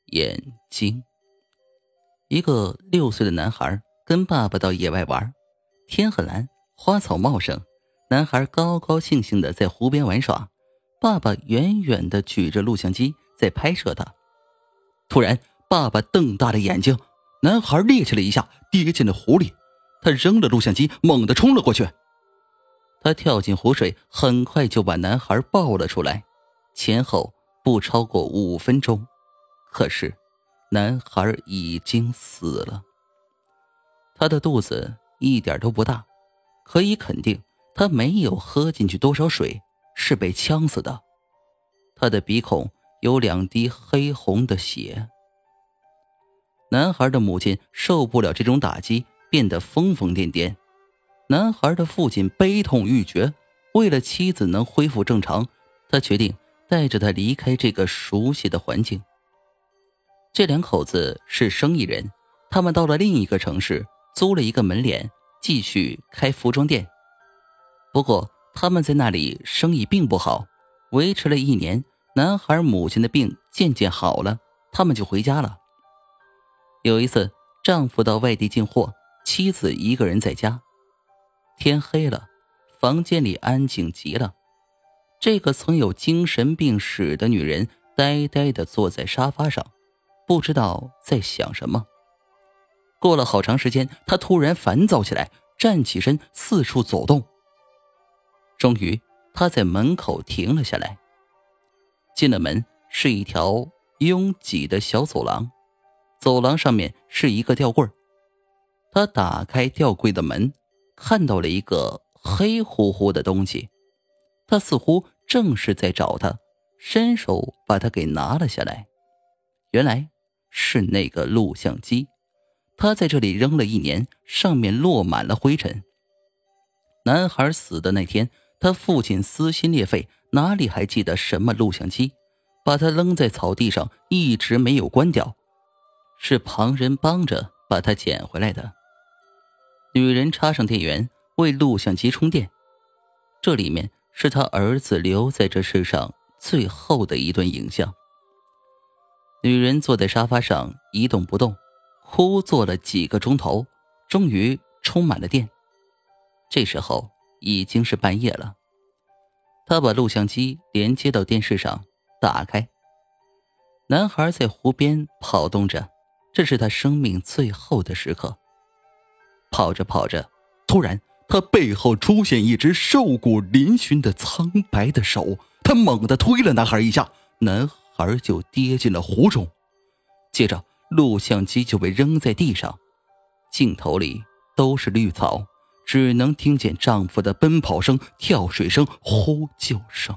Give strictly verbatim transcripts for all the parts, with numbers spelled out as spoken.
眼睛。一个六岁的男孩跟爸爸到野外玩，天很蓝，花草茂盛，男孩高高兴兴地在湖边玩耍，爸爸远远地举着录像机在拍摄他。突然，爸爸瞪大了眼睛，男孩趔趄了一下，跌进了湖里。他扔了录像机，猛地冲了过去。他跳进湖水，很快就把男孩抱了出来，前后不超过五分钟。可是男孩已经死了。他的肚子一点都不大，可以肯定他没有喝进去多少水，是被呛死的。他的鼻孔有两滴黑红的血。男孩的母亲受不了这种打击，变得疯疯癫癫。男孩的父亲悲痛欲绝，为了妻子能恢复正常，他决定带着她离开这个熟悉的环境。这两口子是生意人，他们到了另一个城市，租了一个门脸，继续开服装店。不过他们在那里生意并不好，维持了一年，男孩母亲的病渐渐好了，他们就回家了。有一次，丈夫到外地进货，妻子一个人在家。天黑了，房间里安静极了。这个曾有精神病史的女人呆呆地坐在沙发上，不知道在想什么。过了好长时间，她突然烦躁起来，站起身四处走动。终于，她在门口停了下来。进了门，是一条拥挤的小走廊，走廊上面是一个吊柜。她打开吊柜的门，看到了一个黑乎乎的东西，他似乎正是在找他，伸手把它给拿了下来。原来是那个录像机，他在这里扔了一年，上面落满了灰尘。男孩死的那天，他父亲撕心裂肺，哪里还记得什么录像机，把它扔在草地上，一直没有关掉，是旁人帮着把它捡回来的。女人插上电源，为录像机充电。这里面是她儿子留在这世上最后的一段影像。女人坐在沙发上一动不动，哭坐了几个钟头，终于充满了电。这时候已经是半夜了。她把录像机连接到电视上，打开。男孩在湖边跑动着，这是他生命最后的时刻。跑着跑着，突然他背后出现一只瘦骨嶙峋的苍白的手，他猛地推了男孩一下，男孩就跌进了湖中。接着录像机就被扔在地上，镜头里都是绿草，只能听见丈夫的奔跑声、跳水声、呼救声。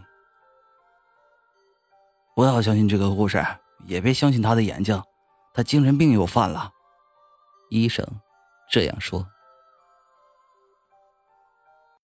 不要相信这个故事，也别相信他的眼睛，他精神病又犯了。 医生这样说。